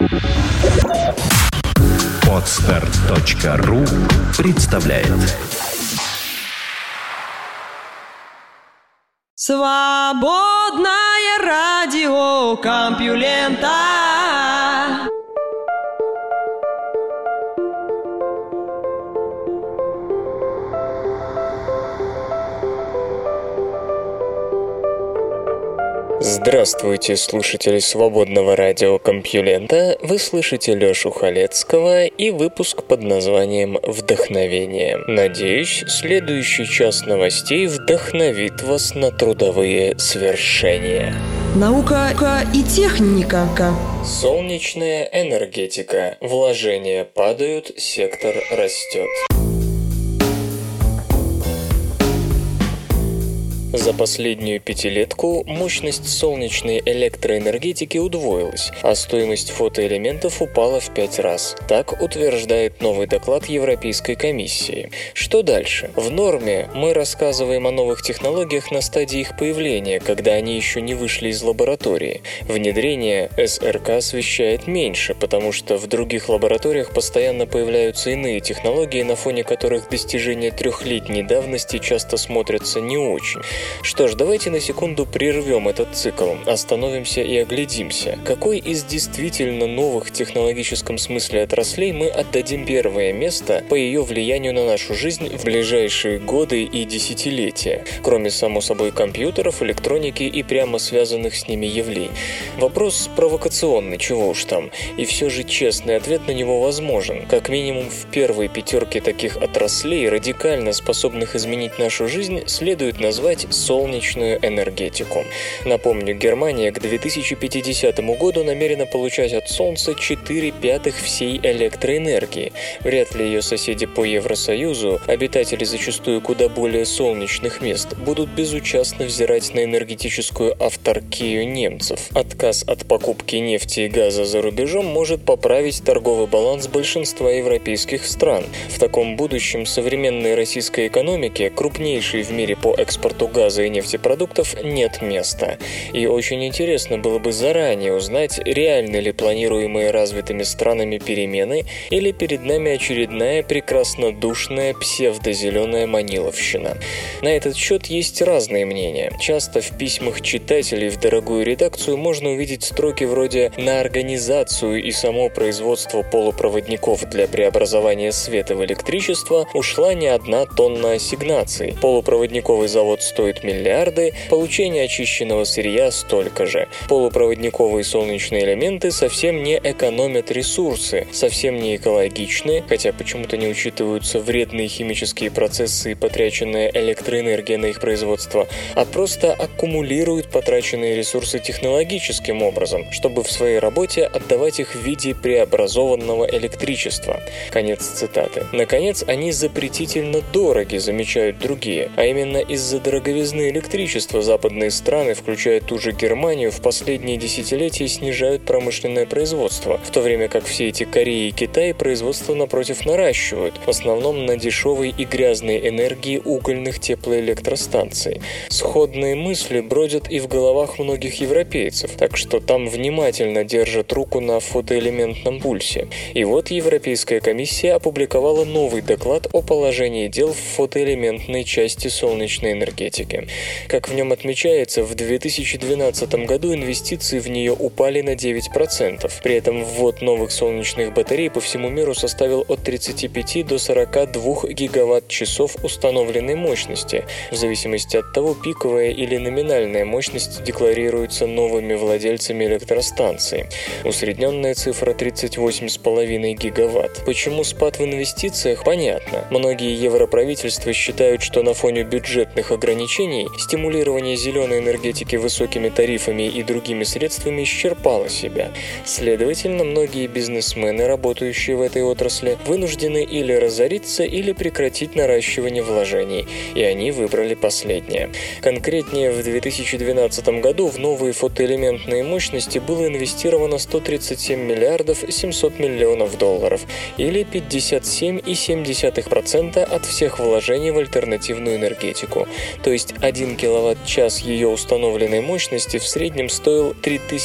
Podster.ru представляет. Свободное радио Компьюлента. Здравствуйте, слушатели свободного радио Компьюлента. Вы слышите Лёшу Халецкого и выпуск под названием «Вдохновение». Надеюсь, следующий час новостей вдохновит вас на трудовые свершения. Наука и техника. Солнечная энергетика. Вложения падают, сектор растет. За последнюю пятилетку мощность солнечной электроэнергетики удвоилась, а стоимость фотоэлементов упала в 5 раз. Так утверждает новый доклад Европейской комиссии. Что дальше? В норме мы рассказываем о новых технологиях на стадии их появления, когда они еще не вышли из лаборатории. Внедрение СРК освещает меньше, потому что в других лабораториях постоянно появляются иные технологии, на фоне которых достижения трехлетней давности часто смотрятся не очень. Что ж, давайте на секунду прервем этот цикл, остановимся и оглядимся. Какой из действительно новых в технологическом смысле отраслей мы отдадим первое место по ее влиянию на нашу жизнь в ближайшие годы и десятилетия, кроме, само собой, компьютеров, электроники и прямо связанных с ними явлений? Вопрос провокационный, чего уж там, и все же честный ответ на него возможен. Как минимум в первой пятерке таких отраслей, радикально способных изменить нашу жизнь, следует назвать солнечную энергетику. Напомню, Германия к 2050 году намерена получать от Солнца 4/5 всей электроэнергии. Вряд ли ее соседи по Евросоюзу, обитатели зачастую куда более солнечных мест, будут безучастно взирать на энергетическую авторкию немцев. Отказ от покупки нефти и газа за рубежом может поправить торговый баланс большинства европейских стран. В таком будущем современной российской экономике, крупнейшей в мире по экспорту газа и нефтепродуктов, нет места. И очень интересно было бы заранее узнать, реальны ли планируемые развитыми странами перемены, или перед нами очередная прекраснодушная псевдозеленая маниловщина. На этот счет есть разные мнения. Часто в письмах читателей в дорогую редакцию можно увидеть строки вроде «на организацию и само производство полупроводников для преобразования света в электричество ушла не одна тонна ассигнаций. Полупроводниковый завод стоит миллиарды, получение очищенного сырья столько же. Полупроводниковые солнечные элементы совсем не экономят ресурсы, совсем не экологичны, хотя почему-то не учитываются вредные химические процессы и потраченная электроэнергия на их производство, а просто аккумулируют потраченные ресурсы технологическим образом, чтобы в своей работе отдавать их в виде преобразованного электричества. Конец цитаты. Наконец, они запретительно дороги, замечают другие, а именно из-за дороговизны электричества западные страны, включая ту же Германию, в последние десятилетия снижают промышленное производство, в то время как все эти Корея и Китай производство, напротив, наращивают, в основном на дешевой и грязной энергии угольных теплоэлектростанций. Сходные мысли бродят и в головах многих европейцев, так что там внимательно держат руку на фотоэлементном пульсе. И вот Европейская комиссия опубликовала новый доклад о положении дел в фотоэлементной части солнечной энергетики. Как в нем отмечается, в 2012 году инвестиции в нее упали на 9%. При этом ввод новых солнечных батарей по всему миру составил от 35 до 42 гигаватт-часов установленной мощности. В зависимости от того, пиковая или номинальная мощность декларируется новыми владельцами электростанций. Усредненная цифра 38,5 гигаватт. Почему спад в инвестициях? Понятно. Многие европравительства считают, что на фоне бюджетных ограничений стимулирование зеленой энергетики высокими тарифами и другими средствами исчерпало себя. Следовательно, многие бизнесмены, работающие в этой отрасли, вынуждены или разориться, или прекратить наращивание вложений, и они выбрали последнее. Конкретнее, в 2012 году в новые фотоэлементные мощности было инвестировано 137 миллиардов 700 миллионов долларов, или 57,7% от всех вложений в альтернативную энергетику. То есть есть 1 киловатт-час ее установленной мощности в среднем стоил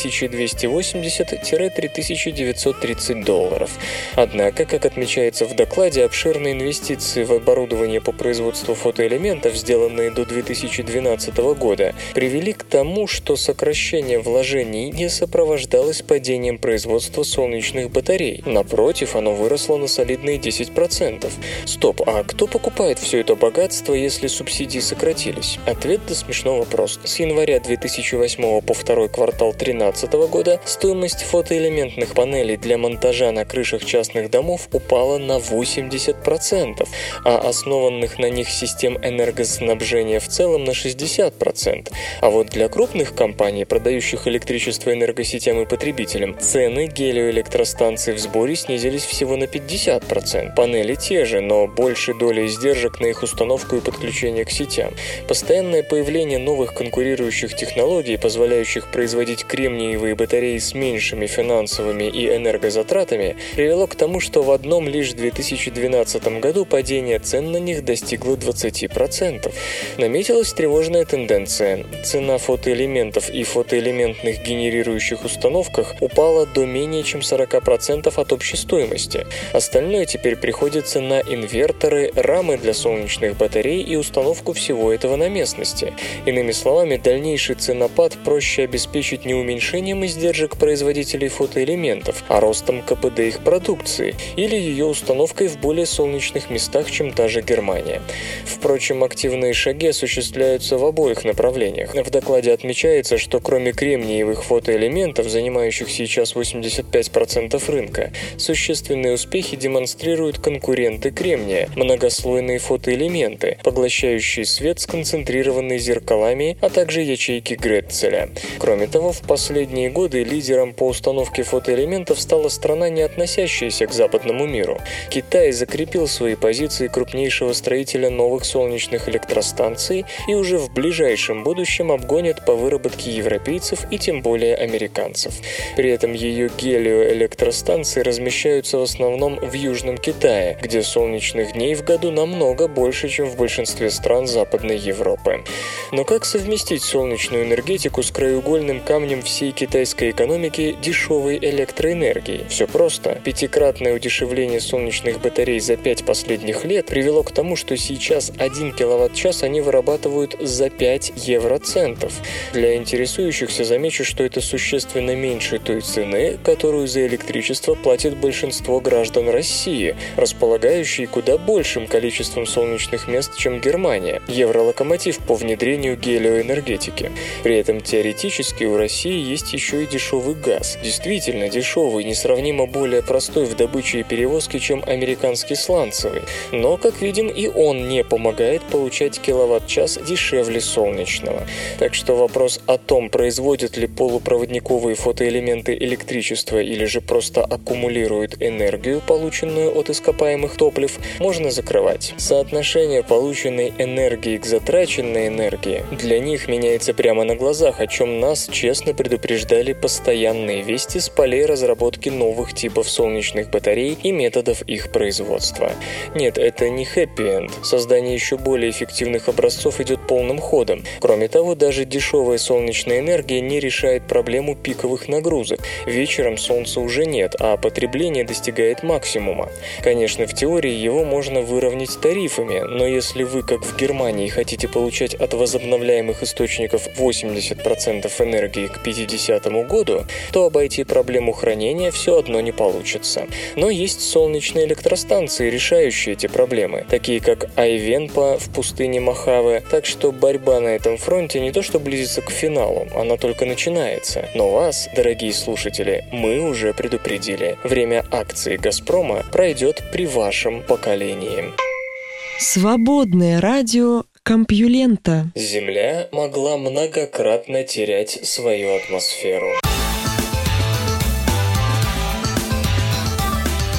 $3280–3930. Однако, как отмечается в докладе, обширные инвестиции в оборудование по производству фотоэлементов, сделанные до 2012 года, привели к тому, что сокращение вложений не сопровождалось падением производства солнечных батарей. Напротив, оно выросло на солидные 10%. Стоп, а кто покупает все это богатство, если субсидии сократились? Ответ до смешного прост. С января 2008 по второй квартал 2013 года стоимость фотоэлементных панелей для монтажа на крышах частных домов упала на 80%, а основанных на них систем энергоснабжения в целом на 60%. А вот для крупных компаний, продающих электричество энергосетям и потребителям, цены гелиоэлектростанций в сборе снизились всего на 50%. Панели те же, но больше доля издержек на их установку и подключение к сетям. Постоянное появление новых конкурирующих технологий, позволяющих производить кремниевые батареи с меньшими финансовыми и энергозатратами, привело к тому, что в одном лишь 2012 году падение цен на них достигло 20%. Наметилась тревожная тенденция. Цена фотоэлементов и фотоэлементных генерирующих установках упала до менее чем 40% от общей стоимости. Остальное теперь приходится на инверторы, рамы для солнечных батарей и установку всего этого на местности. Иными словами, дальнейший ценопад проще обеспечить не уменьшением издержек производителей фотоэлементов, а ростом КПД их продукции или ее установкой в более солнечных местах, чем та же Германия. Впрочем, активные шаги осуществляются в обоих направлениях. В докладе отмечается, что кроме кремниевых фотоэлементов, занимающих сейчас 85% рынка, существенные успехи демонстрируют конкуренты кремния – многослойные фотоэлементы, поглощающие свет, сконцентрированные зеркалами, а также ячейки Гретцеля. Кроме того, в последние годы лидером по установке фотоэлементов стала страна, не относящаяся к западному миру. Китай закрепил свои позиции крупнейшего строителя новых солнечных электростанций и уже в ближайшем будущем обгонит по выработке европейцев и тем более американцев. При этом ее гелиоэлектростанции размещаются в основном в Южном Китае, где солнечных дней в году намного больше, чем в большинстве стран Западной Европы. Но как совместить солнечную энергетику с краеугольным камнем всей китайской экономики – дешевой электроэнергией? Все просто. 5-кратное удешевление солнечных батарей за 5 последних лет привело к тому, что сейчас 1 киловатт-час они вырабатывают за 5 евроцентов. Для интересующихся замечу, что это существенно меньше той цены, которую за электричество платит большинство граждан России, располагающие куда большим количеством солнечных мест, чем Германия, евролокомотив по внедрению гелиоэнергетики. При этом теоретически у России есть еще и дешевый газ. Действительно дешевый, несравнимо более простой в добыче и перевозке, чем американский сланцевый. Но, как видим, и он не помогает получать киловатт-час дешевле солнечного. Так что вопрос о том, производят ли полупроводниковые фотоэлементы электричество или же просто аккумулируют энергию, полученную от ископаемых топлив, можно закрывать. Соотношение полученной энергии к затраченной энергии для них меняется прямо на глазах, о чем нас честно предупреждали постоянные вести с полей разработки новых типов солнечных батарей и методов их производства. Нет, это не хэппи-энд. Создание еще более эффективных образцов идет полным ходом. Кроме того, даже дешевая солнечная энергия не решает проблему пиковых нагрузок. Вечером солнца уже нет, а потребление достигает максимума. Конечно, в теории его можно выровнять тарифами, но если вы, как в Германии, хотите получать от возобновляемых источников 80% энергии к 50 году, то обойти проблему хранения все одно не получится. Но есть солнечные электростанции, решающие эти проблемы, такие как Айвенпа в пустыне Мохаве, так что борьба на этом фронте не то что близится к финалу, она только начинается. Но вас, дорогие слушатели, мы уже предупредили. Время акции «Газпрома» пройдет при вашем поколении. Свободное радио Компьюлента. Земля могла многократно терять свою атмосферу.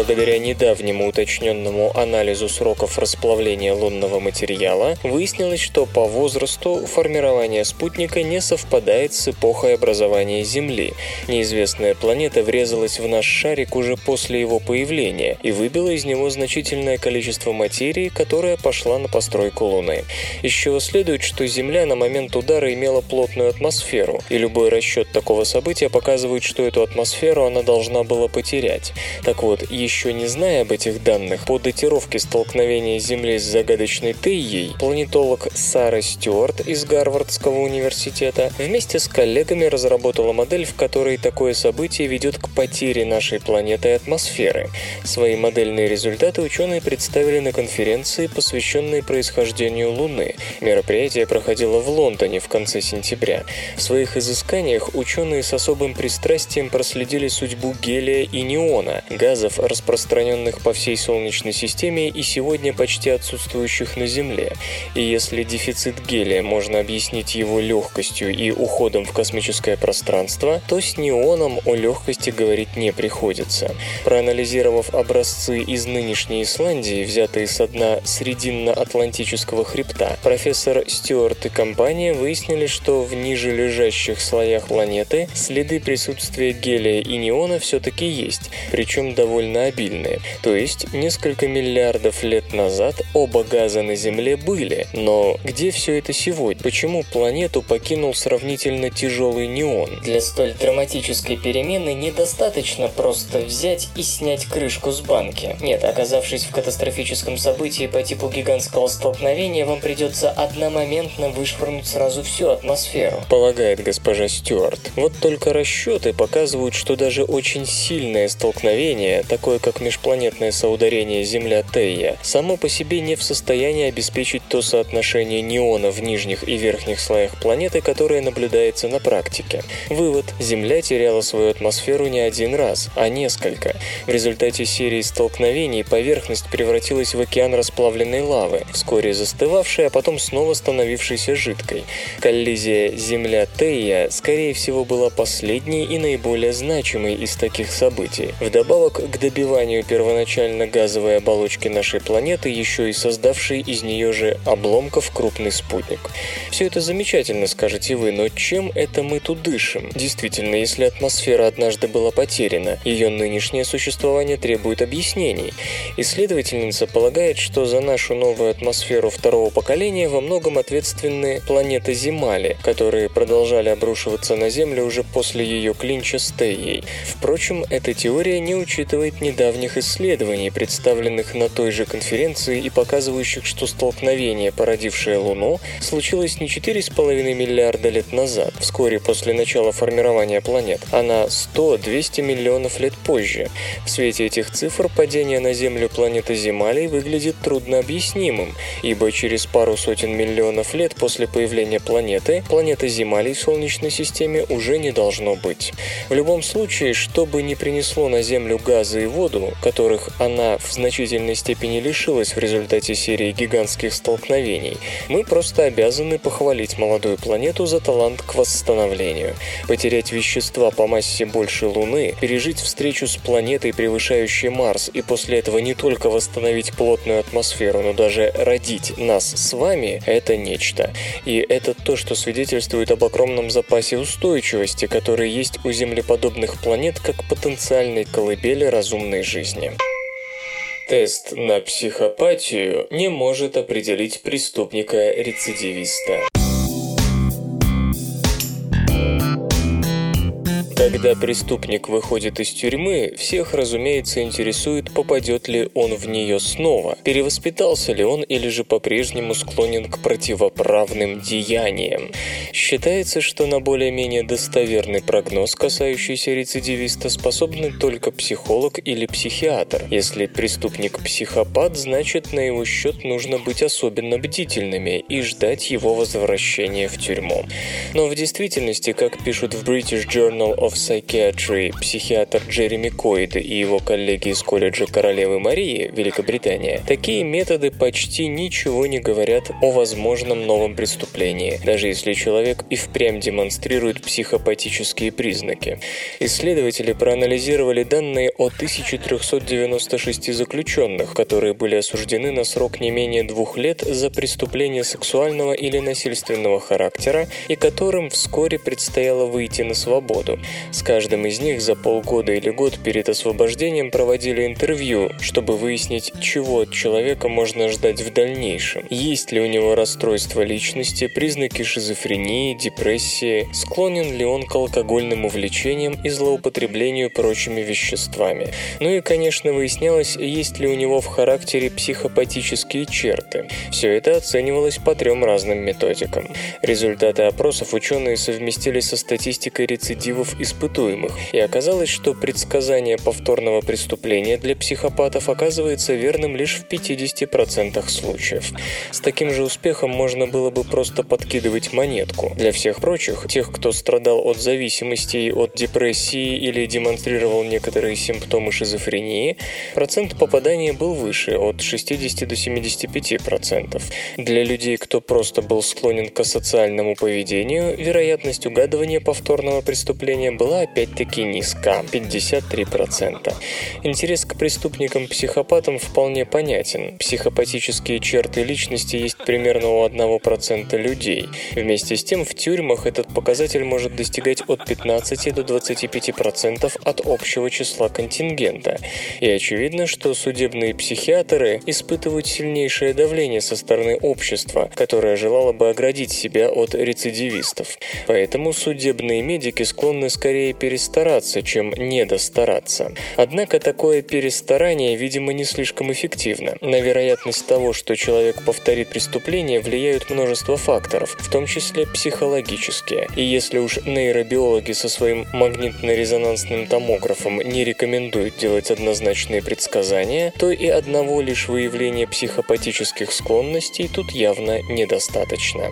благодаря недавнему уточненному анализу сроков расплавления лунного материала выяснилось, что по возрасту формирование спутника не совпадает с эпохой образования Земли. Неизвестная планета врезалась в наш шарик уже после его появления и выбила из него значительное количество материи, которая пошла на постройку Луны. Из чего следует, что Земля на момент удара имела плотную атмосферу, и любой расчет такого события показывает, что эту атмосферу она должна была потерять. Так вот, еще не зная об этих данных, по датировке столкновения Земли с загадочной Теей, планетолог Сара Стюарт из Гарвардского университета вместе с коллегами разработала модель, в которой такое событие ведет к потере нашей планеты атмосферы. Свои модельные результаты ученые представили на конференции, посвященной происхождению Луны. Мероприятие проходило в Лондоне в конце сентября. В своих изысканиях ученые с особым пристрастием проследили судьбу гелия и неона, газов, распространенных по всей Солнечной системе и сегодня почти отсутствующих на Земле. И если дефицит гелия можно объяснить его легкостью и уходом в космическое пространство, то с неоном о легкости говорить не приходится. Проанализировав образцы из нынешней Исландии, взятые со дна Срединно-Атлантического хребта, профессор Стюарт и компания выяснили, что в ниже лежащих слоях планеты следы присутствия гелия и неона все-таки есть, причем довольно обильные. То есть несколько миллиардов лет назад оба газа на Земле были. Но где все это сегодня? Почему планету покинул сравнительно тяжелый неон? Для столь драматической перемены недостаточно просто взять и снять крышку с банки. Нет, оказавшись в катастрофическом событии по типу гигантского столкновения, вам придется одномоментно вышвырнуть сразу всю атмосферу, полагает госпожа Стюарт. Вот только расчеты показывают, что даже очень сильное столкновение, такое как межпланетное соударение Земля-Тея, само по себе не в состоянии обеспечить то соотношение неона в нижних и верхних слоях планеты, которое наблюдается на практике. Вывод. Земля теряла свою атмосферу не один раз, а несколько. В результате серии столкновений поверхность превратилась в океан расплавленной лавы, вскоре застывавшей, а потом снова становившейся жидкой. Коллизия Земля-Тея, скорее всего, была последней и наиболее значимой из таких событий. Вдобавок к добиванию первоначально газовой оболочки нашей планеты, еще и создавшей из нее же обломков крупный спутник. Все это замечательно, скажете вы, но чем это мы тут дышим? Действительно, если атмосфера однажды была потеряна, ее нынешнее существование требует объяснений. Исследовательница полагает, что за нашу новую атмосферу второго поколения во многом ответственны планеты Земали, которые продолжали обрушиваться на Землю уже после ее клинча с Теей. Впрочем, эта теория не учитывает недавних исследований, представленных на той же конференции и показывающих, что столкновение, породившее Луну, случилось не 4,5 миллиарда лет назад, вскоре после начала формирования планет, а на 100-200 миллионов лет позже. В свете этих цифр падение на Землю планеты Земали выглядит труднообъяснимым, ибо через пару сотен миллионов лет после появления планеты Земали в Солнечной системе уже не должно быть. В любом случае, что бы ни принесло на Землю газы и воду, которых она в значительной степени лишилась в результате серии гигантских столкновений, мы просто обязаны похвалить молодую планету за талант к восстановлению. Потерять вещества по массе больше Луны, пережить встречу с планетой, превышающей Марс, и после этого не только восстановить плотную атмосферу, но даже родить нас с вами – это нечто. И это то, что свидетельствует об огромном запасе устойчивости, который есть у землеподобных планет как потенциальной колыбели разумной жизни. Тест на психопатию не может определить преступника-рецидивиста. Когда преступник выходит из тюрьмы, всех, разумеется, интересует, попадет ли он в нее снова, перевоспитался ли он или же по-прежнему склонен к противоправным деяниям. Считается, что на более-менее достоверный прогноз, касающийся рецидивиста, способны только психолог или психиатр. Если преступник психопат, значит, на его счет нужно быть особенно бдительными и ждать его возвращения в тюрьму. Но в действительности, как пишут в British Journal of Psychiatry психиатр Джереми Койд и его коллеги из колледжа Королевы Марии, Великобритания, такие методы почти ничего не говорят о возможном новом преступлении, даже если человек и впрямь демонстрирует психопатические признаки. Исследователи проанализировали данные о 1396 заключенных, которые были осуждены на срок не менее 2 лет за преступления сексуального или насильственного характера и которым вскоре предстояло выйти на свободу. С каждым из них за полгода или год перед освобождением проводили интервью, чтобы выяснить, чего от человека можно ждать в дальнейшем. Есть ли у него расстройство личности, признаки шизофрении, депрессии, склонен ли он к алкогольным увлечениям и злоупотреблению прочими веществами. Ну и, конечно, выяснялось, есть ли у него в характере психопатические черты. Все это оценивалось по 3 разным методикам. Результаты опросов ученые совместили со статистикой рецидивов испытуемых, и оказалось, что предсказание повторного преступления для психопатов оказывается верным лишь в 50% случаев. С таким же успехом можно было бы просто подкидывать монетку. Для всех прочих, тех, кто страдал от зависимостей, от депрессии или демонстрировал некоторые симптомы шизофрении, процент попадания был выше, от 60 до 75%. Для людей, кто просто был склонен к асоциальному поведению, вероятность угадывания повторного преступления была опять-таки низка – 53%. Интерес к преступникам-психопатам вполне понятен. Психопатические черты личности есть примерно у 1% людей. Вместе с тем, в тюрьмах этот показатель может достигать от 15 до 25% от общего числа контингента. И очевидно, что судебные психиатры испытывают сильнейшее давление со стороны общества, которое желало бы оградить себя от рецидивистов. Поэтому судебные медики склонны скорее перестараться, чем недостараться. Однако такое перестарание, видимо, не слишком эффективно. На вероятность того, что человек повторит преступление, влияют множество факторов, в том числе психологические. И если уж нейробиологи со своим магнитно-резонансным томографом не рекомендуют делать однозначные предсказания, то и одного лишь выявления психопатических склонностей тут явно недостаточно.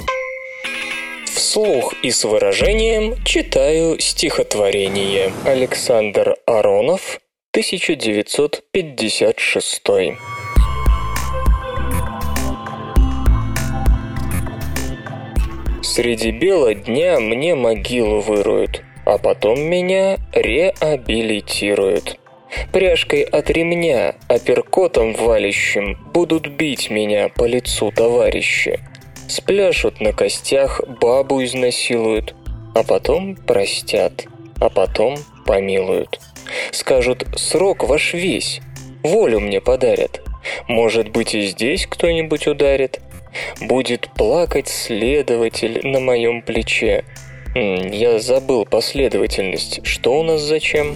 Вслух и с выражением читаю стихотворение. Александр Аронов, 1956. Среди бела дня мне могилу выруют, а потом меня реабилитируют. Пряжкой от ремня, апперкотом валящим будут бить меня по лицу товарищи. Спляшут на костях, бабу изнасилуют, а потом простят, а потом помилуют. Скажут: срок ваш весь, волю мне подарят. Может быть, и здесь кто-нибудь ударит. Будет плакать следователь на моем плече. Я забыл последовательность. Что у нас зачем?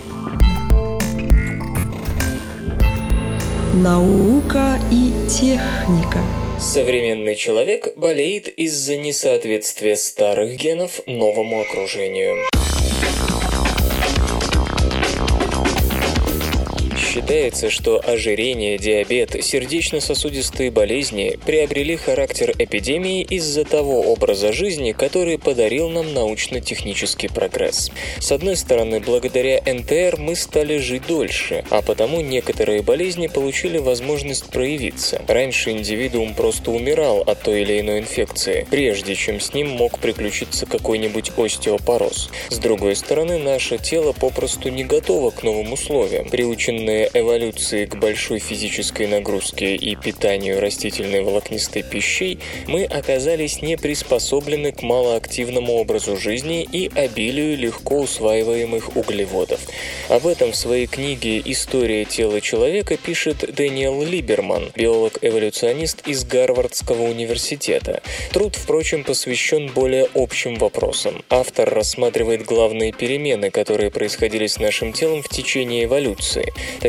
Наука и техника. Современный человек болеет из-за несоответствия старых генов новому окружению. Считается, что ожирение, диабет, сердечно-сосудистые болезни приобрели характер эпидемии из-за того образа жизни, который подарил нам научно-технический прогресс. С одной стороны, благодаря НТР мы стали жить дольше, а потому некоторые болезни получили возможность проявиться. Раньше индивидуум просто умирал от той или иной инфекции, прежде чем с ним мог приключиться какой-нибудь остеопороз. С другой стороны, наше тело попросту не готово к новым условиям. Приученное эволюции к большой физической нагрузке и питанию растительной волокнистой пищей, мы оказались не приспособлены к малоактивному образу жизни и обилию легко усваиваемых углеводов. Об этом в своей книге «История тела человека» пишет Дэниел Либерман, биолог-эволюционист из Гарвардского университета. Труд, впрочем, посвящен более общим вопросам. Автор рассматривает главные перемены, которые происходили с нашим телом в течение эволюции. Такие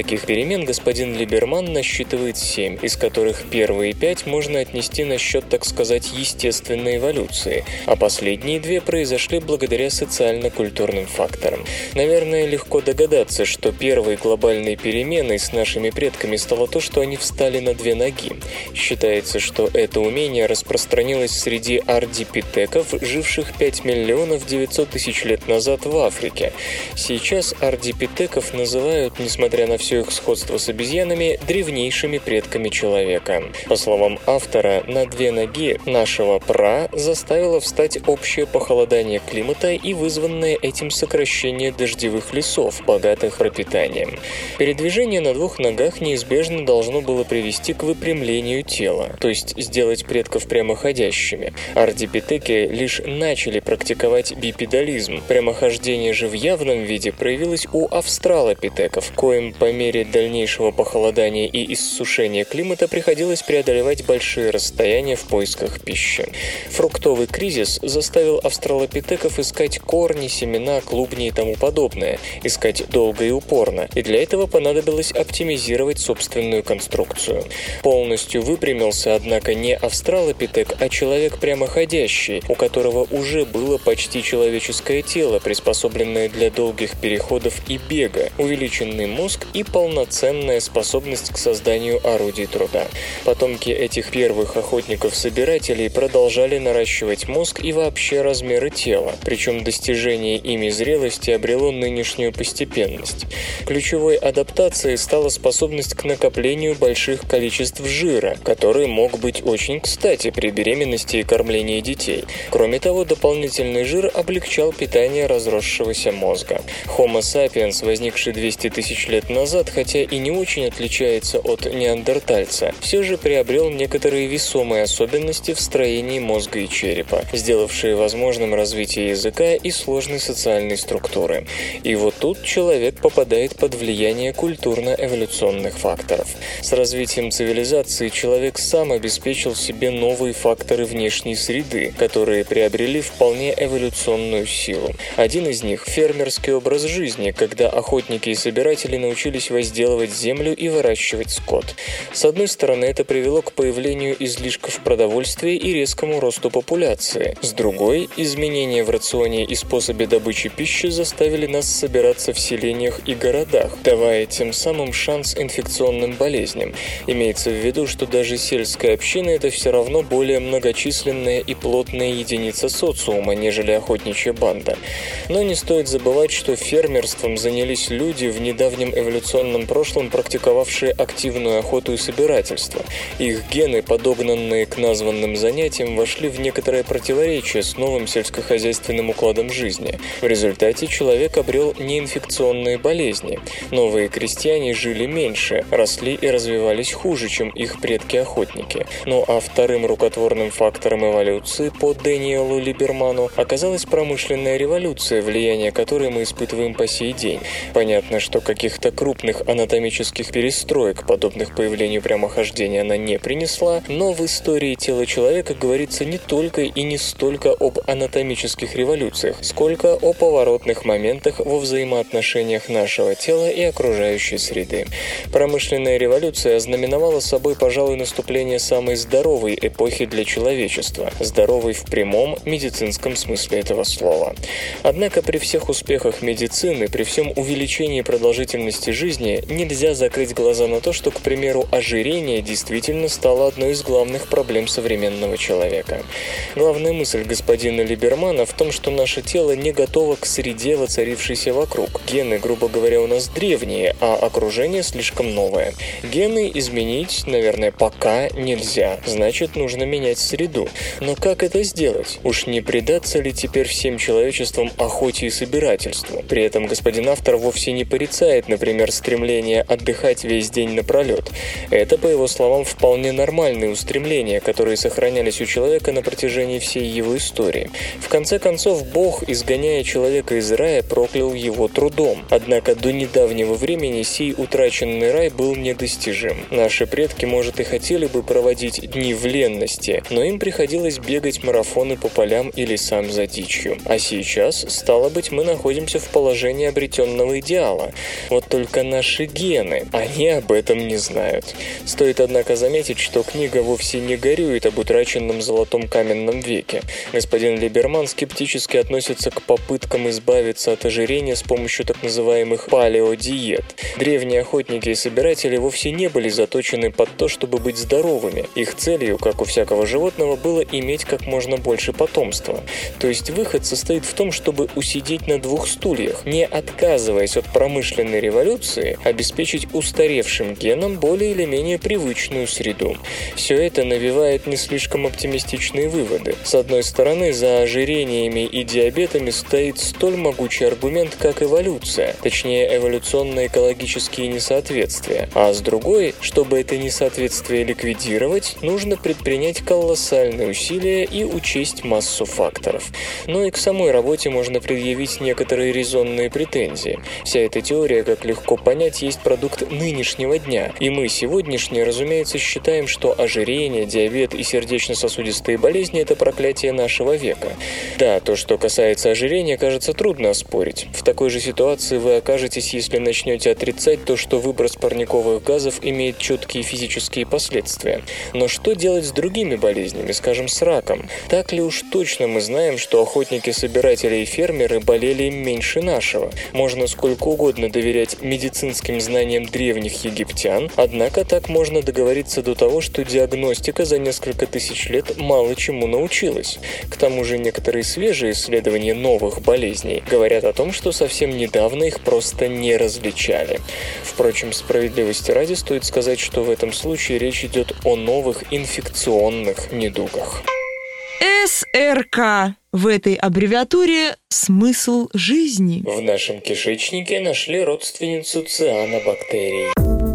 Таких перемен господин Либерман насчитывает 7, из которых первые 5 можно отнести на счет, так сказать, естественной эволюции, а последние 2 произошли благодаря социально-культурным факторам. Наверное, легко догадаться, что первой глобальной переменой с нашими предками стало то, что они встали на 2 ноги. Считается, что это умение распространилось среди ардипитеков, живших 5 миллионов 900 тысяч лет назад в Африке. Сейчас ардипитеков называют, несмотря на все их сходство с обезьянами, древнейшими предками человека. По словам автора, на 2 ноги нашего пра заставило встать общее похолодание климата и вызванное этим сокращение дождевых лесов, богатых пропитанием. Передвижение на 2 ногах неизбежно должно было привести к выпрямлению тела, то есть сделать предков прямоходящими. Ардипитеки лишь начали практиковать бипедализм. Прямохождение же в явном виде проявилось у австралопитеков, коим по мере дальнейшего похолодания и иссушения климата приходилось преодолевать большие расстояния в поисках пищи. Фруктовый кризис заставил австралопитеков искать корни, семена, клубни и тому подобное, искать долго и упорно, и для этого понадобилось оптимизировать собственную конструкцию. Полностью выпрямился, однако, не австралопитек, а человек прямоходящий, у которого уже было почти человеческое тело, приспособленное для долгих переходов и бега, увеличенный мозг и полноценная способность к созданию орудий труда. Потомки этих первых охотников-собирателей продолжали наращивать мозг и вообще размеры тела, причем достижение ими зрелости обрело нынешнюю постепенность. Ключевой адаптацией стала способность к накоплению больших количеств жира, который мог быть очень кстати при беременности и кормлении детей. Кроме того, дополнительный жир облегчал питание разросшегося мозга. Homo sapiens, возникший 200 тысяч лет назад, хотя и не очень отличается от неандертальца, все же приобрел некоторые весомые особенности в строении мозга и черепа, сделавшие возможным развитие языка и сложной социальной структуры. И вот тут человек попадает под влияние культурно-эволюционных факторов. С развитием цивилизации человек сам обеспечил себе новые факторы внешней среды, которые приобрели вполне эволюционную силу. Один из них – фермерский образ жизни, когда охотники и собиратели научились возделывать землю и выращивать скот. С одной стороны, это привело к появлению излишков продовольствия и резкому росту популяции. С другой, изменения в рационе и способе добычи пищи заставили нас собираться в селениях и городах, давая тем самым шанс инфекционным болезням. Имеется в виду, что даже сельская община – это все равно более многочисленная и плотная единица социума, нежели охотничья банда. Но не стоит забывать, что фермерством занялись люди в недавнем эволюционном прошлом, практиковавшие активную охоту и собирательство. Их гены, подогнанные к названным занятиям, вошли в некоторое противоречие с новым сельскохозяйственным укладом жизни. В результате человек обрел неинфекционные болезни. Новые крестьяне жили меньше, росли и развивались хуже, чем их предки-охотники. Ну а вторым рукотворным фактором эволюции по Дэниелу Либерману оказалась промышленная революция, влияние которой мы испытываем по сей день. Понятно, что каких-то крупных анатомических перестроек, подобных появлению прямохождения, она не принесла, но в истории тела человека говорится не только и не столько об анатомических революциях, сколько о поворотных моментах во взаимоотношениях нашего тела и окружающей среды. Промышленная революция ознаменовала собой, пожалуй, наступление самой здоровой эпохи для человечества, здоровой в прямом медицинском смысле этого слова. Однако при всех успехах медицины, при всем увеличении продолжительности жизни, нельзя закрыть глаза на то, что, к примеру, ожирение действительно стало одной из главных проблем современного человека. Главная мысль господина Либермана в том, что наше тело не готово к среде, воцарившейся вокруг. Гены, грубо говоря, у нас древние, а окружение слишком новое. Гены изменить, наверное, пока нельзя, значит, нужно менять среду. Но как это сделать? Уж не предаться ли теперь всем человечеством охоте и собирательству? При этом господин автор вовсе не порицает, например, стремление отдыхать весь день напролет. Это, по его словам, вполне нормальные устремления, которые сохранялись у человека на протяжении всей его истории. В конце концов, Бог, изгоняя человека из рая, проклял его трудом. Однако до недавнего времени сей утраченный рай был недостижим. Наши предки, может, и хотели бы проводить дни в ленности, но им приходилось бегать марафоны по полям и лесам за дичью. А сейчас, стало быть, мы находимся в положении обретенного идеала. Вот только наши гены. Они об этом не знают. Стоит, однако, заметить, что книга вовсе не горюет об утраченном золотом каменном веке. Господин Либерман скептически относится к попыткам избавиться от ожирения с помощью так называемых палеодиет. Древние охотники и собиратели вовсе не были заточены под то, чтобы быть здоровыми. Их целью, как у всякого животного, было иметь как можно больше потомства. То есть выход состоит в том, чтобы усидеть на двух стульях, не отказываясь от промышленной революции, обеспечить устаревшим генам более или менее привычную среду. Все это навевает не слишком оптимистичные выводы. С одной стороны, за ожирениями и диабетами стоит столь могучий аргумент, как эволюция, точнее эволюционно-экологические несоответствия. А с другой, чтобы это несоответствие ликвидировать, нужно предпринять колоссальные усилия и учесть массу факторов. Но и к самой работе можно предъявить некоторые резонные претензии. Вся эта теория, как легко понять, есть продукт нынешнего дня, и мы сегодняшние, разумеется, считаем, что ожирение, диабет и сердечно-сосудистые болезни – это проклятие нашего века. Да, то, что касается ожирения, кажется трудно оспорить. В такой же ситуации вы окажетесь, если начнете отрицать то, что выброс парниковых газов имеет четкие физические последствия. Но что делать с другими болезнями, скажем, с раком? Так ли уж точно мы знаем, что охотники, собиратели и фермеры болели меньше нашего? Можно сколько угодно доверять медицинским знаниям древних египтян, однако так можно договориться до того, что диагностика за несколько тысяч лет мало чему научилась. К тому же некоторые свежие исследования новых болезней говорят о том, что совсем недавно их просто не различали. Впрочем, справедливости ради стоит сказать, что в этом случае речь идет о новых инфекционных недугах. СРК. В этой аббревиатуре смысл жизни. В нашем кишечнике нашли родственницу цианобактерий.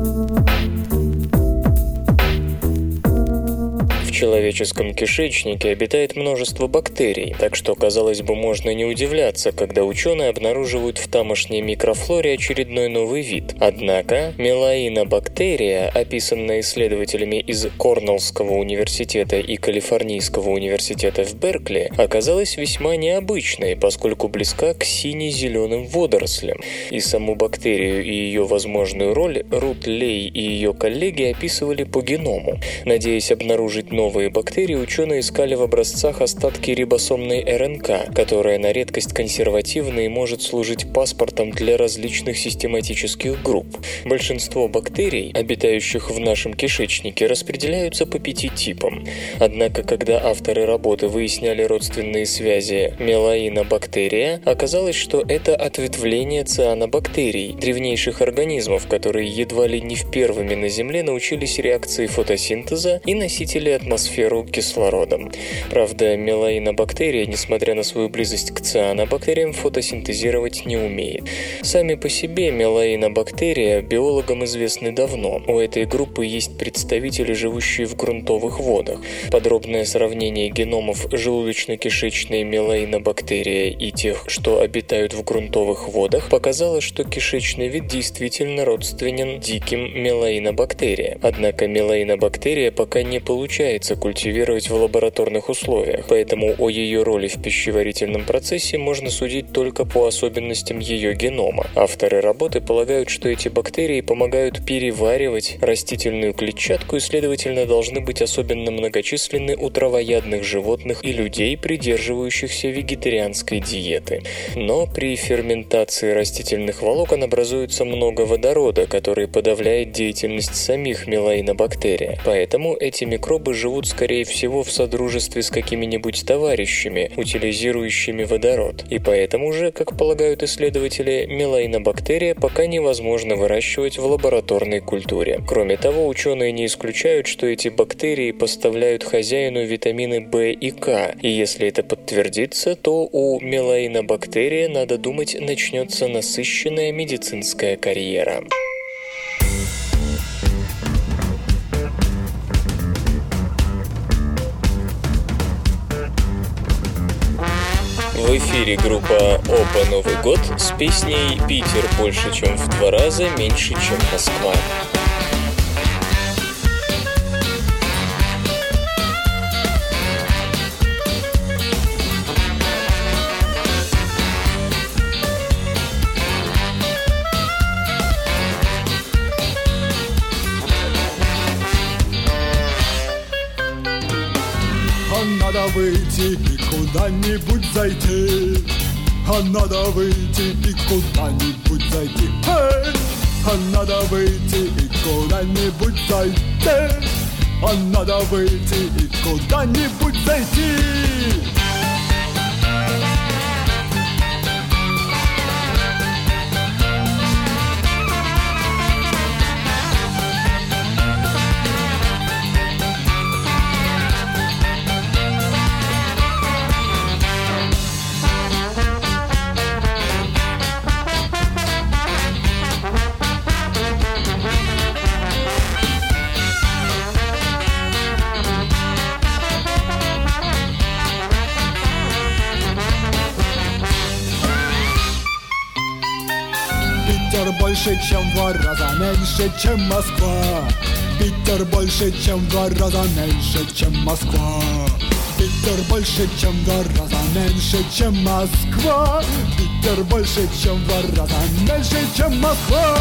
В человеческом кишечнике обитает множество бактерий, так что, казалось бы, можно не удивляться, когда ученые обнаруживают в тамошней микрофлоре очередной новый вид. Однако мелаинобактерия, описанная исследователями из Корнеллского университета и Калифорнийского университета в Беркли, оказалась весьма необычной, поскольку близка к сине-зеленым водорослям. И саму бактерию и ее возможную роль Рут Лей и ее коллеги описывали по геному. Надеясь обнаружить новые бактерии, ученые искали в образцах остатки рибосомной РНК, которая на редкость консервативна и может служить паспортом для различных систематических групп. Большинство бактерий, обитающих в нашем кишечнике, распределяются по 5 типам. Однако, когда авторы работы выясняли родственные связи мелаинобактерия, оказалось, что это ответвление цианобактерий, древнейших организмов, которые едва ли не первыми на Земле научились реакции фотосинтеза и носители атмосферу кислородом. Правда, мелаинобактерия, несмотря на свою близость к цианобактериям, фотосинтезировать не умеет. Сами по себе мелаинобактерия биологам известны давно. У этой группы есть представители, живущие в грунтовых водах. Подробное сравнение геномов желудочно-кишечной мелаинобактерии и тех, что обитают в грунтовых водах, показало, что кишечный вид действительно родственен диким мелаинобактериям. Однако мелаинобактерия пока не получается культивировать в лабораторных условиях, поэтому о ее роли в пищеварительном процессе можно судить только по особенностям ее генома. Авторы работы полагают, что эти бактерии помогают переваривать растительную клетчатку и, следовательно, должны быть особенно многочисленны у травоядных животных и людей, придерживающихся вегетарианской диеты. Но при ферментации растительных волокон образуется много водорода, который подавляет деятельность самих мелаинобактерий. Поэтому эти микробы живут, скорее всего, в содружестве с какими-нибудь товарищами, утилизирующими водород. И поэтому же, как полагают исследователи, мелаинобактерия пока невозможно выращивать в лабораторной культуре. Кроме того, ученые не исключают, что эти бактерии поставляют хозяину витамины В и К, и если это подтвердится, то у мелаинобактерии, надо думать, начнется насыщенная медицинская карьера. В эфире группа «Опа, Новый год» с песней «Питер больше, чем в 2 раза, меньше, чем Москва». надо выйти и куда-нибудь зайти. А надо выйти и куда-нибудь зайти. А надо выйти и куда-нибудь зайти. А надо выйти и куда-нибудь зайти. Питер больше, чем в 2 раза меньше, чем Москва. Питер больше, чем в 2 раза меньше, чем Москва. Питер больше, чем в 2 раза меньше, чем Москва. Питер больше, чем в 2 раза меньше, чем Москва.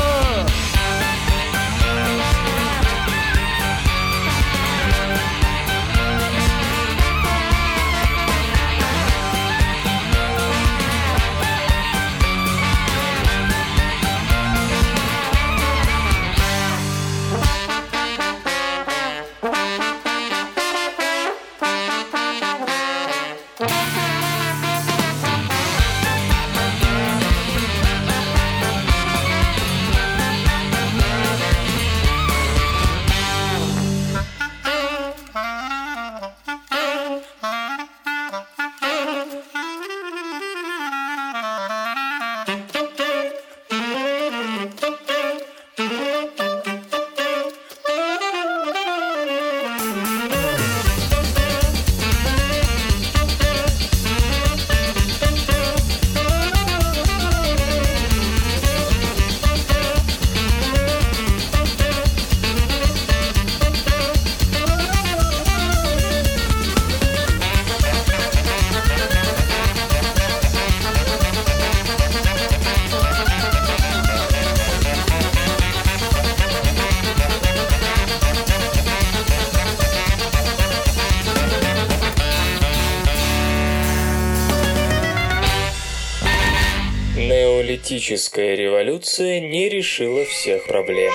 Неолитическая революция не решила всех проблем.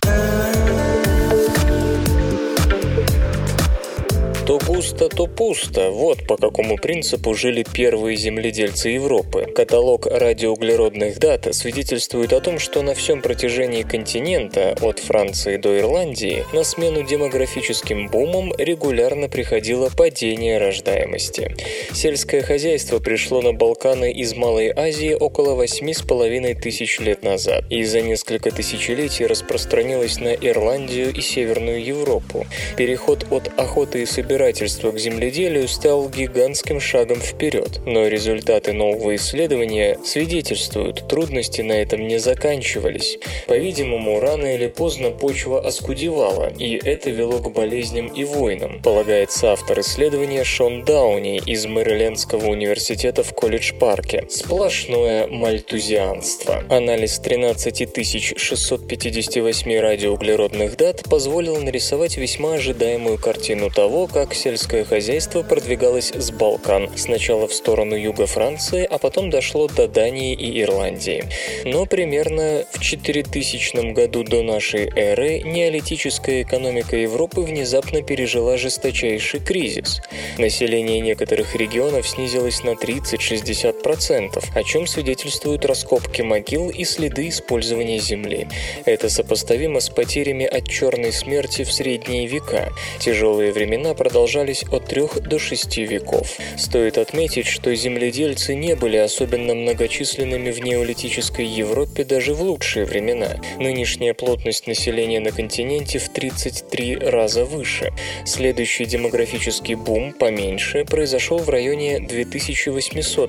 То густо, то пусто. Вот по какому принципу жили первые земледельцы Европы. Каталог радиоуглеродных дат свидетельствует о том, что на всем протяжении континента, от Франции до Ирландии, на смену демографическим бумам регулярно приходило падение рождаемости. Сельское хозяйство пришло на Балканы из Малой Азии около 8,5 тысяч лет назад и за несколько тысячелетий распространилось на Ирландию и Северную Европу. Переход от охоты и собирательства к земледелию стал гигантским шагом вперед, но результаты нового исследования свидетельствуют, трудности на этом не заканчивались. По-видимому, рано или поздно почва оскудевала, и это вело к болезням и войнам, полагается автор исследования Шон Дауни из Мэрилендского университета в Колледж-парке. Сплошное мальтузианство. Анализ 13 658 радиоуглеродных дат позволил нарисовать весьма ожидаемую картину того, как сельское хозяйство продвигалось с Балкан, сначала в сторону юга Франции, а потом дошло до Дании и Ирландии. Но примерно в 4000 году до нашей эры неолитическая экономика Европы внезапно пережила жесточайший кризис. Население некоторых регионов снизилось на 30-60%, о чем свидетельствуют раскопки могил и следы использования земли. Это сопоставимо с потерями от черной смерти в средние века. Тяжелые времена продолжались от 3 до 6 веков. Стоит отметить, что земледельцы не были особенно многочисленными в неолитической Европе даже в лучшие времена. Нынешняя плотность населения на континенте в 33 раза выше. Следующий демографический бум, поменьше, произошел в районе 2800 года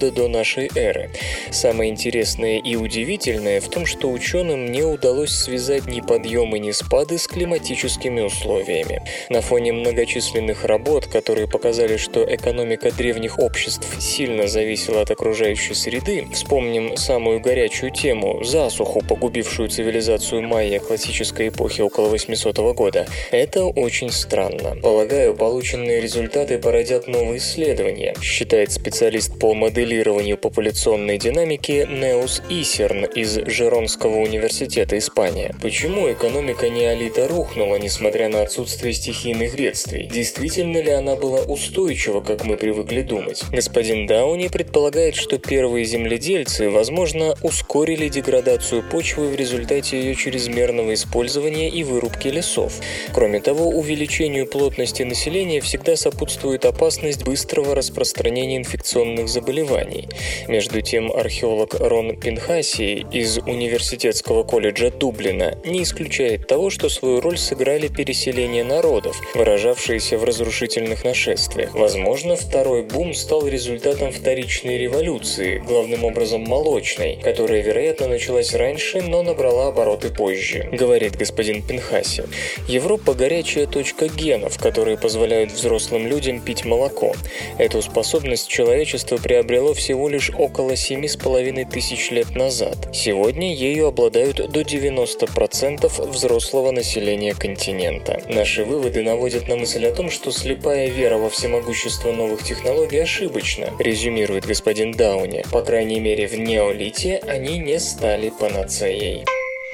года до нашей эры. Самое интересное и удивительное в том, что ученым не удалось связать ни подъемы, ни спады с климатическими условиями. На фоне многочисленных работ, которые показали, что экономика древних обществ сильно зависела от окружающей среды, вспомним самую горячую тему – засуху, погубившую цивилизацию майя классической эпохи около 800 года, это очень странно. Полагаю, полученные результаты породят новые исследования, считает специалист по моделированию популяционной динамики Неус Исерн из Жеронского университета, Испания. Почему экономика неолита рухнула, несмотря на отсутствие стихийных бедствий? Действительно ли она была устойчива, как мы привыкли думать? Господин Дауни предполагает, что первые земледельцы, возможно, ускорили деградацию почвы в результате ее чрезмерного использования и вырубки лесов. Кроме того, увеличению плотности населения всегда сопутствует опасность быстрого распространения инфекционных заболеваний. Между тем, археолог Рон Пинхаси из Университетского колледжа Дублина не исключает того, что свою роль сыграли переселения народов, выражавшиеся в разрушительных нашествиях. Возможно, второй бум стал результатом вторичной революции, главным образом молочной, которая, вероятно, началась раньше, но набрала обороты позже, говорит господин Пинхаси. Европа – горячая точка генов, которые позволяют взрослым людям пить молоко. Эту способность человечество приобрело всего лишь около 7,5 тысяч лет назад. Сегодня ею обладают до 90% взрослого населения континента. Наши выводы наводят на мысль о том, что слепая вера во всемогущество новых технологий ошибочна, резюмирует господин Дауни. По крайней мере, в неолите они не стали панацеей.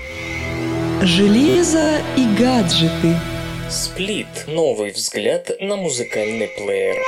Железо и гаджеты. Сплит. Новый взгляд на музыкальный плеер.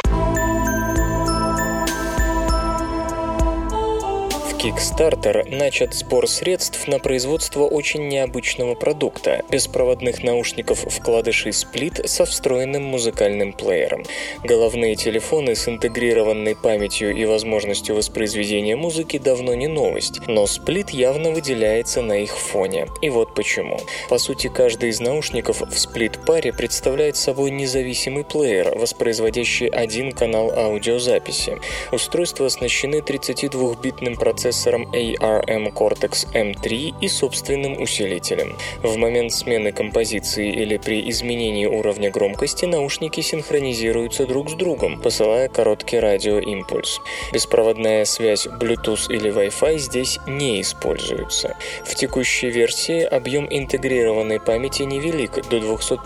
Kickstarter начат сбор средств на производство очень необычного продукта – беспроводных наушников-вкладышей Split со встроенным музыкальным плеером. Головные телефоны с интегрированной памятью и возможностью воспроизведения музыки давно не новость, но Split явно выделяется на их фоне. И вот почему. По сути, каждый из наушников в Split-паре представляет собой независимый плеер, воспроизводящий один канал аудиозаписи. Устройства оснащены 32-битным процессором ARM Cortex-M3 и собственным усилителем. В момент смены композиции или при изменении уровня громкости наушники синхронизируются друг с другом, посылая короткий радиоимпульс. Беспроводная связь Bluetooth или Wi-Fi здесь не используется. В текущей версии объем интегрированной памяти невелик, до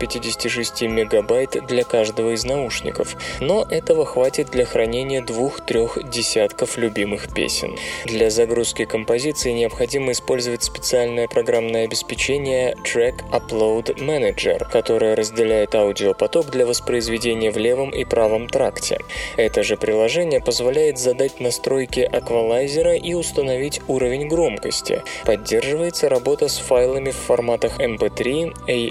256 мегабайт для каждого из наушников, но этого хватит для хранения 2-3 десятков любимых песен. Для загрузки композиции необходимо использовать специальное программное обеспечение Track Upload Manager, которое разделяет аудиопоток для воспроизведения в левом и правом тракте. Это же приложение позволяет задать настройки эквалайзера и установить уровень громкости. Поддерживается работа с файлами в форматах MP3,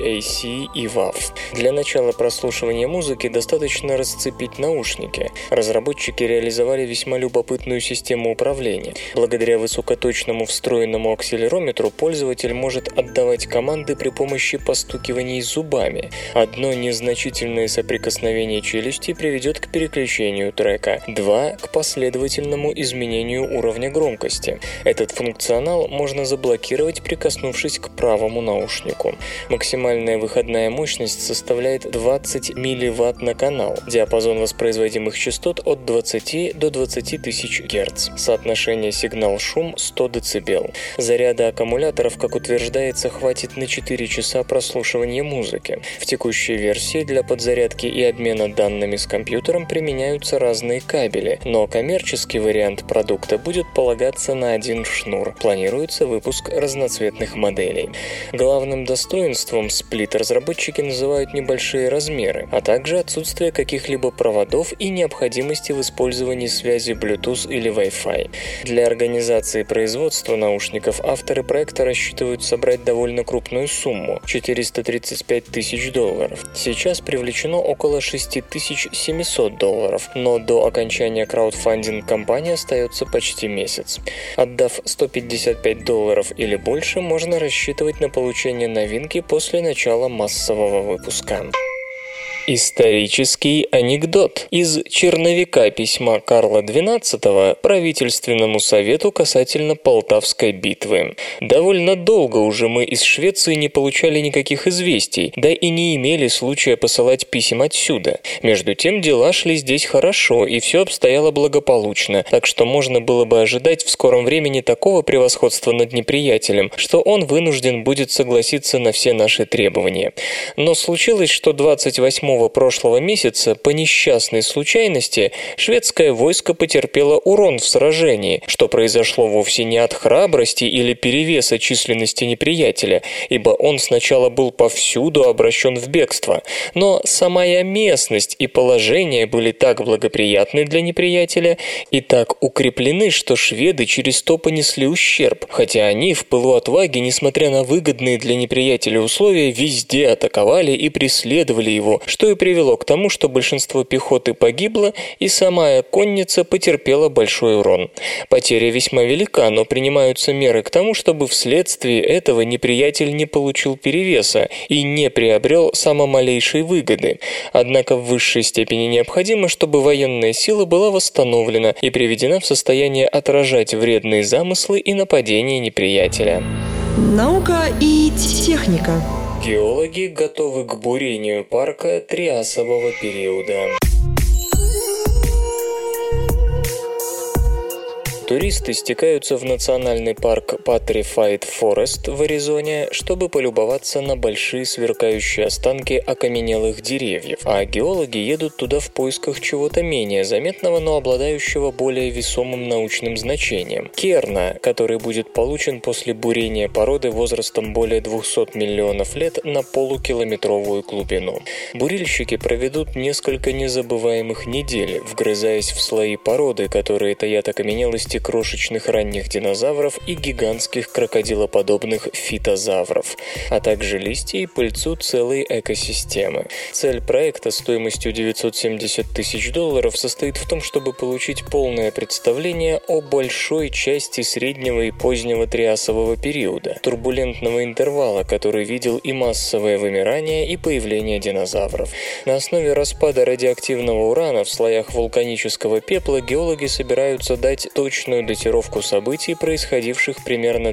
AAC и WAV. Для начала прослушивания музыки достаточно расцепить наушники. Разработчики реализовали весьма любопытную систему управления. Благодаря высокоточному встроенному акселерометру пользователь может отдавать команды при помощи постукиваний зубами. Одно незначительное соприкосновение челюсти приведет к переключению трека, 2 – к последовательному изменению уровня громкости. Этот функционал можно заблокировать, прикоснувшись к правому наушнику. Максимальная выходная мощность составляет 20 милливатт на канал. Диапазон воспроизводимых частот от 20 до 20 тысяч Гц. Соотношение сигнал-шум 100 дБ. Заряда аккумуляторов, как утверждается, хватит на 4 часа прослушивания музыки. В текущей версии для подзарядки и обмена данными с компьютером применяются разные кабели, но коммерческий вариант продукта будет полагаться на один шнур. Планируется выпуск разноцветных моделей. Главным достоинством Split разработчики называют небольшие размеры, а также отсутствие каких-либо проводов и необходимости в использовании связи Bluetooth или Wi-Fi. Для организации производства наушников авторы проекта рассчитывают собрать довольно крупную сумму – $435 тысяч. Сейчас привлечено около $6700, но до окончания краудфандинг кампании остается почти месяц. Отдав $155 или больше, можно рассчитывать на получение новинки после начала массового выпуска. Исторический анекдот из черновика письма Карла XII правительственному совету касательно Полтавской битвы. Довольно долго уже мы из Швеции не получали никаких известий, да и не имели случая посылать писем отсюда. Между тем дела шли здесь хорошо, и все обстояло благополучно, так что можно было бы ожидать в скором времени такого превосходства над неприятелем, что он вынужден будет согласиться на все наши требования. Но случилось, что 28 прошлого месяца по несчастной случайности шведское войско потерпело урон в сражении, что произошло вовсе не от храбрости или перевеса численности неприятеля, ибо он сначала был повсюду обращен в бегство, но самая местность и положение были так благоприятны для неприятеля и так укреплены, что шведы через то понесли ущерб, хотя они в пылу отваги, несмотря на выгодные для неприятеля условия, везде атаковали и преследовали его, что и привело к тому, что большинство пехоты погибло, и сама конница потерпела большой урон. Потеря весьма велика, но принимаются меры к тому, чтобы вследствие этого неприятель не получил перевеса и не приобрел само малейшей выгоды. Однако в высшей степени необходимо, чтобы военная сила была восстановлена и приведена в состояние отражать вредные замыслы и нападения неприятеля. Наука и техника. Геологи готовы к бурению парка Триасового периода. Туристы стекаются в национальный парк Petrified Forest в Аризоне, чтобы полюбоваться на большие сверкающие останки окаменелых деревьев, а геологи едут туда в поисках чего-то менее заметного, но обладающего более весомым научным значением – керна, который будет получен после бурения породы возрастом более 200 миллионов лет на полукилометровую глубину. Бурильщики проведут несколько незабываемых недель, вгрызаясь в слои породы, которые таят окаменелости крошечных ранних динозавров и гигантских крокодилоподобных фитозавров, а также листья и пыльцу целой экосистемы. Цель проекта стоимостью $970 тысяч состоит в том, чтобы получить полное представление о большой части среднего и позднего триасового периода, турбулентного интервала, который видел и массовое вымирание, и появление динозавров. На основе распада радиоактивного урана в слоях вулканического пепла геологи собираются дать точную датировку событий, происходивших примерно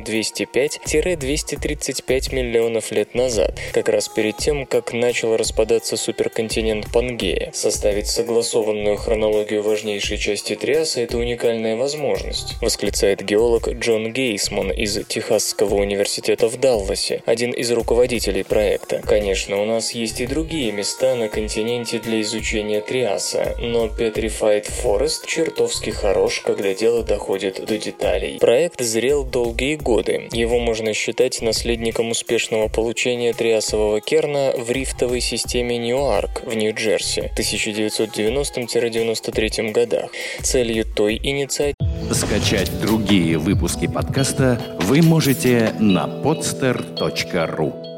205-235 миллионов лет назад, как раз перед тем, как начал распадаться суперконтинент Пангея. Составить согласованную хронологию важнейшей части Триаса – это уникальная возможность, восклицает геолог Джон Гейсман из Техасского университета в Далласе, один из руководителей проекта. Конечно, у нас есть и другие места на континенте для изучения Триаса, но Petrified Forest чертовски хорош, когда дело доходит до деталей. Проект зрел долгие годы. Его можно считать наследником успешного получения триасового керна в рифтовой системе Ньюарк в Нью-Джерси в 1990-93 годах. Целью той инициативы Скачать другие выпуски подкаста вы можете на podster.ru.